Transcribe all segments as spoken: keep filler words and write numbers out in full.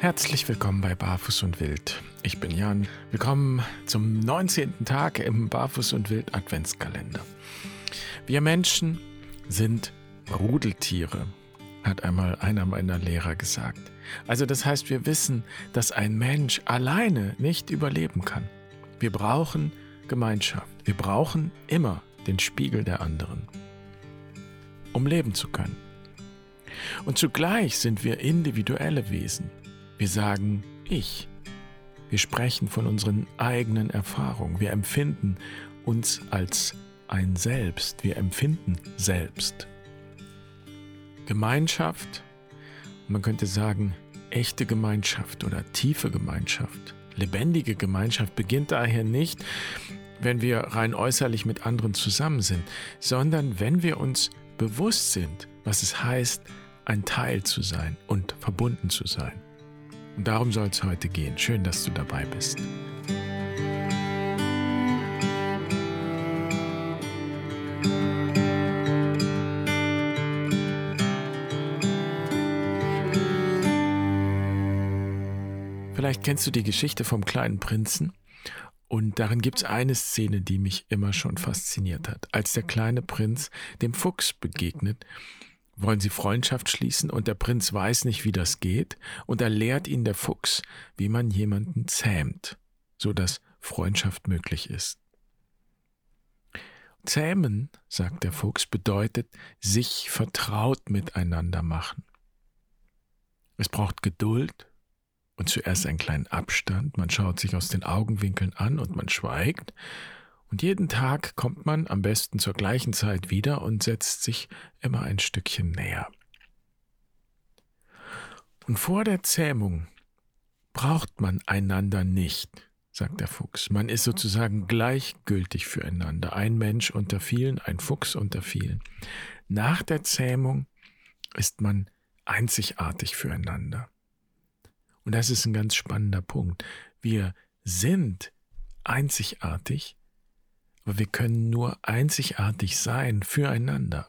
Herzlich willkommen bei Barfuß und Wild. Ich bin Jan. Willkommen zum neunzehnten Tag im Barfuß und Wild Adventskalender. Wir Menschen sind Rudeltiere, hat einmal einer meiner Lehrer gesagt. Also das heißt, wir wissen, dass ein Mensch alleine nicht überleben kann. Wir brauchen Gemeinschaft. Wir brauchen immer den Spiegel der anderen, um leben zu können. Und zugleich sind wir individuelle Wesen. Wir sagen ich. Wir sprechen von unseren eigenen Erfahrungen. Wir empfinden uns als ein Selbst. Wir empfinden selbst. Gemeinschaft, man könnte sagen, echte Gemeinschaft oder tiefe Gemeinschaft, lebendige Gemeinschaft beginnt daher nicht, wenn wir rein äußerlich mit anderen zusammen sind, sondern wenn wir uns bewusst sind, was es heißt, ein Teil zu sein und verbunden zu sein. Und darum soll es heute gehen. Schön, dass du dabei bist. Vielleicht kennst du die Geschichte vom kleinen Prinzen. Und darin gibt es eine Szene, die mich immer schon fasziniert hat. Als der kleine Prinz dem Fuchs begegnet, wollen sie Freundschaft schließen und der Prinz weiß nicht, wie das geht. Und da lehrt ihn der Fuchs, wie man jemanden zähmt, sodass Freundschaft möglich ist. Zähmen, sagt der Fuchs, bedeutet sich vertraut miteinander machen. Es braucht Geduld und zuerst einen kleinen Abstand. Man schaut sich aus den Augenwinkeln an und man schweigt. Und jeden Tag kommt man am besten zur gleichen Zeit wieder und setzt sich immer ein Stückchen näher. Und vor der Zähmung braucht man einander nicht, sagt der Fuchs. Man ist sozusagen gleichgültig füreinander. Ein Mensch unter vielen, ein Fuchs unter vielen. Nach der Zähmung ist man einzigartig füreinander. Und das ist ein ganz spannender Punkt. Wir sind einzigartig, aber wir können nur einzigartig sein füreinander.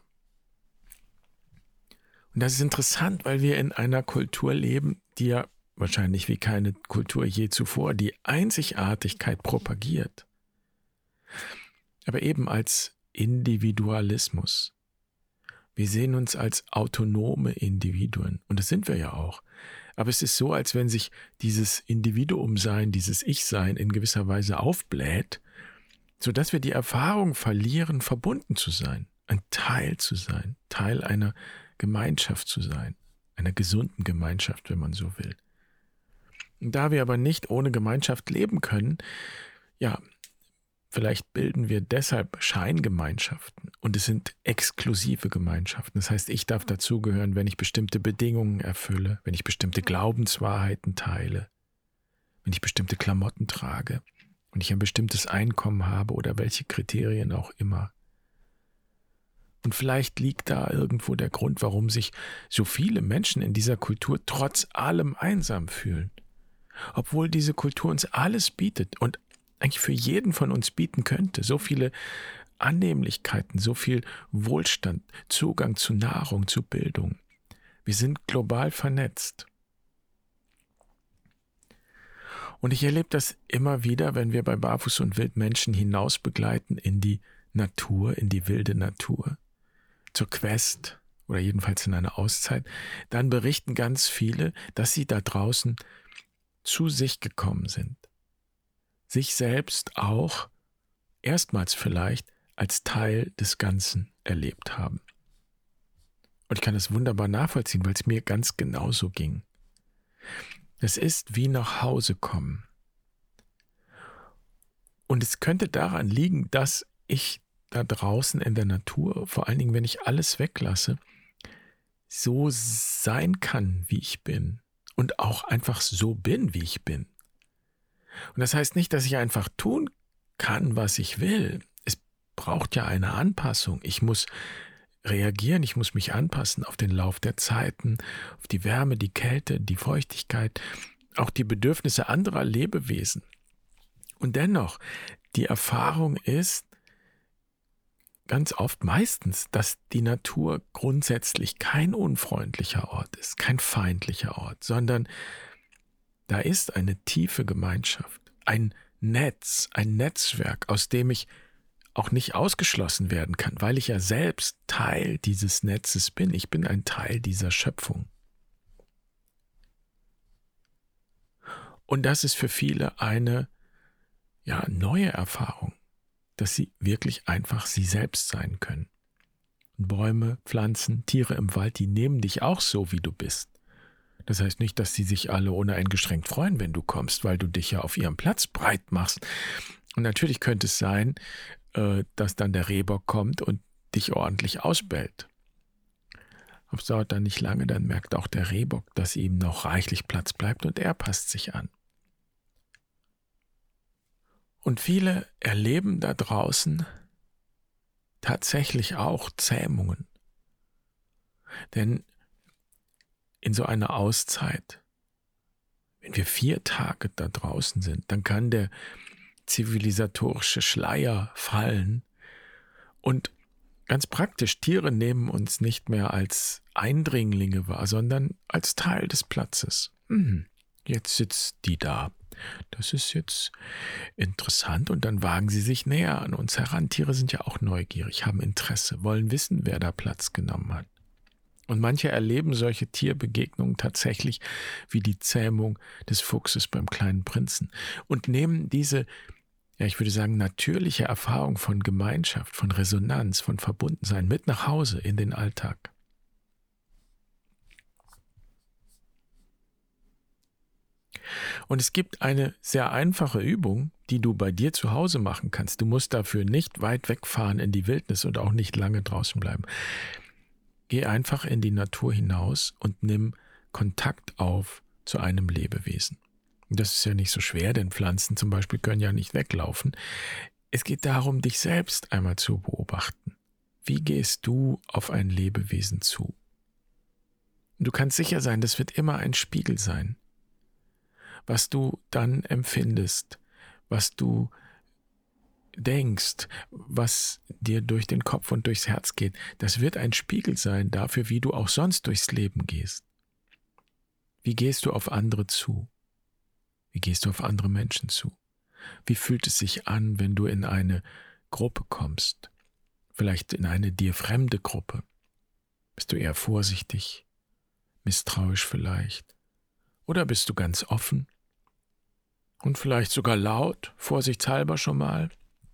Und das ist interessant, weil wir in einer Kultur leben, die ja wahrscheinlich wie keine Kultur je zuvor die Einzigartigkeit propagiert. Aber eben als Individualismus. Wir sehen uns als autonome Individuen und das sind wir ja auch. Aber es ist so, als wenn sich dieses Individuumsein, dieses Ich-Sein in gewisser Weise aufbläht, sodass wir die Erfahrung verlieren, verbunden zu sein, ein Teil zu sein, Teil einer Gemeinschaft zu sein, einer gesunden Gemeinschaft, wenn man so will. Und da wir aber nicht ohne Gemeinschaft leben können, ja, vielleicht bilden wir deshalb Scheingemeinschaften und es sind exklusive Gemeinschaften. Das heißt, ich darf dazugehören, wenn ich bestimmte Bedingungen erfülle, wenn ich bestimmte Glaubenswahrheiten teile, wenn ich bestimmte Klamotten trage, wenn ich ein bestimmtes Einkommen habe oder welche Kriterien auch immer. Und vielleicht liegt da irgendwo der Grund, warum sich so viele Menschen in dieser Kultur trotz allem einsam fühlen. Obwohl diese Kultur uns alles bietet und eigentlich für jeden von uns bieten könnte. So viele Annehmlichkeiten, so viel Wohlstand, Zugang zu Nahrung, zu Bildung. Wir sind global vernetzt. Und ich erlebe das immer wieder, wenn wir bei Barfuß und Wild Menschen hinaus begleiten in die Natur, in die wilde Natur, zur Quest oder jedenfalls in einer Auszeit, dann berichten ganz viele, dass sie da draußen zu sich gekommen sind. Sich selbst auch erstmals vielleicht als Teil des Ganzen erlebt haben. Und ich kann das wunderbar nachvollziehen, weil es mir ganz genauso ging. Es ist wie nach Hause kommen. Und es könnte daran liegen, dass ich da draußen in der Natur, vor allen Dingen, wenn ich alles weglasse, so sein kann, wie ich bin. Und auch einfach so bin, wie ich bin. Und das heißt nicht, dass ich einfach tun kann, was ich will. Es braucht ja eine Anpassung. Ich muss reagieren, ich muss mich anpassen auf den Lauf der Zeiten, auf die Wärme, die Kälte, die Feuchtigkeit, auch die Bedürfnisse anderer Lebewesen. Und dennoch, die Erfahrung ist ganz oft meistens, dass die Natur grundsätzlich kein unfreundlicher Ort ist, kein feindlicher Ort, sondern Da ist eine tiefe Gemeinschaft, ein Netz, ein Netzwerk, aus dem ich auch nicht ausgeschlossen werden kann, weil ich ja selbst Teil dieses Netzes bin. Ich bin ein Teil dieser Schöpfung. Und das ist für viele eine ja, neue Erfahrung, dass sie wirklich einfach sie selbst sein können. Bäume, Pflanzen, Tiere im Wald, die nehmen dich auch so, wie du bist. Das heißt nicht, dass sie sich alle uneingeschränkt freuen, wenn du kommst, weil du dich ja auf ihrem Platz breit machst. Und natürlich könnte es sein, dass dann der Rehbock kommt und dich ordentlich ausbellt. Aber es dauert dann nicht lange, dann merkt auch der Rehbock, dass ihm noch reichlich Platz bleibt und er passt sich an. Und viele erleben da draußen tatsächlich auch Zähmungen. Denn in so einer Auszeit, wenn wir vier Tage da draußen sind, dann kann der zivilisatorische Schleier fallen und ganz praktisch, Tiere nehmen uns nicht mehr als Eindringlinge wahr, sondern als Teil des Platzes. Hm, jetzt sitzt die da. Das ist jetzt interessant und dann wagen sie sich näher an uns heran. Tiere sind ja auch neugierig, haben Interesse, wollen wissen, wer da Platz genommen hat. Und manche erleben solche Tierbegegnungen tatsächlich wie die Zähmung des Fuchses beim kleinen Prinzen und nehmen diese, ja, ich würde sagen, natürliche Erfahrung von Gemeinschaft, von Resonanz, von Verbundensein mit nach Hause in den Alltag. Und es gibt eine sehr einfache Übung, die du bei dir zu Hause machen kannst. Du musst dafür nicht weit wegfahren in die Wildnis und auch nicht lange draußen bleiben. Geh einfach in die Natur hinaus und nimm Kontakt auf zu einem Lebewesen. Das ist ja nicht so schwer, denn Pflanzen zum Beispiel können ja nicht weglaufen. Es geht darum, dich selbst einmal zu beobachten. Wie gehst du auf ein Lebewesen zu? Du kannst sicher sein, das wird immer ein Spiegel sein. Was du dann empfindest, was du denkst, was dir durch den Kopf und durchs Herz geht, das wird ein Spiegel sein dafür, wie du auch sonst durchs Leben gehst. Wie gehst du auf andere zu? Wie gehst du auf andere Menschen zu? Wie fühlt es sich an, wenn du in eine Gruppe kommst? Vielleicht in eine dir fremde Gruppe? Bist du eher vorsichtig, misstrauisch vielleicht? Oder bist du ganz offen? Und vielleicht sogar laut, vorsichtshalber schon mal?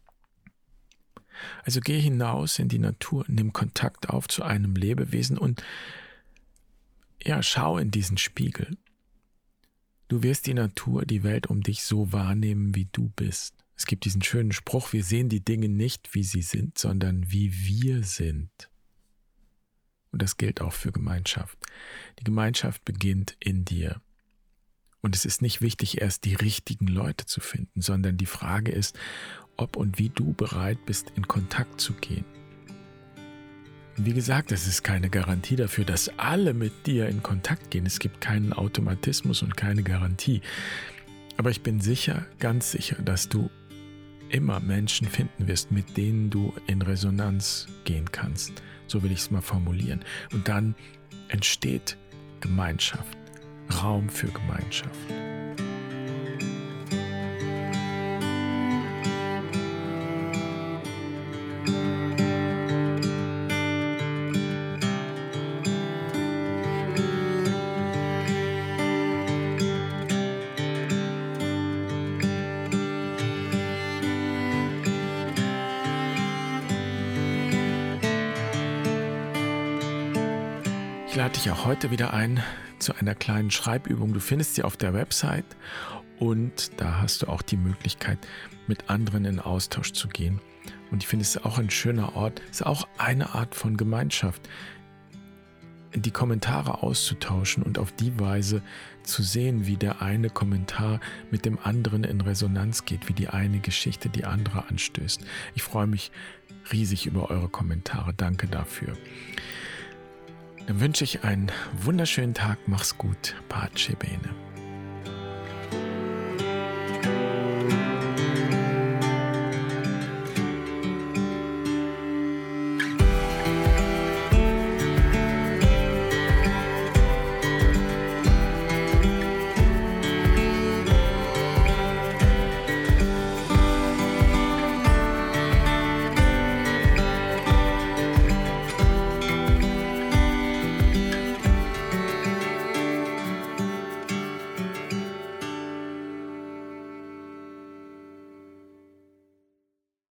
Also geh hinaus in die Natur, nimm Kontakt auf zu einem Lebewesen und ja, schau in diesen Spiegel. Du wirst die Natur, die Welt um dich so wahrnehmen, wie du bist. Es gibt diesen schönen Spruch, wir sehen die Dinge nicht, wie sie sind, sondern wie wir sind. Und das gilt auch für Gemeinschaft. Die Gemeinschaft beginnt in dir. Und es ist nicht wichtig, erst die richtigen Leute zu finden, sondern die Frage ist, ob und wie du bereit bist, in Kontakt zu gehen. Und wie gesagt, es ist keine Garantie dafür, dass alle mit dir in Kontakt gehen. Es gibt keinen Automatismus und keine Garantie. Aber ich bin sicher, ganz sicher, dass du immer Menschen finden wirst, mit denen du in Resonanz gehen kannst. So will ich es mal formulieren. Und dann entsteht Gemeinschaft, Raum für Gemeinschaft. Ich lade dich auch heute wieder ein zu einer kleinen Schreibübung. Du findest sie auf der Website und da hast du auch die Möglichkeit, mit anderen in Austausch zu gehen. Und ich finde es auch ein schöner Ort, es ist auch eine Art von Gemeinschaft, die Kommentare auszutauschen und auf die Weise zu sehen, wie der eine Kommentar mit dem anderen in Resonanz geht, wie die eine Geschichte die andere anstößt. Ich freue mich riesig über eure Kommentare. Danke dafür. Dann wünsche ich einen wunderschönen Tag. Mach's gut. Pace bene.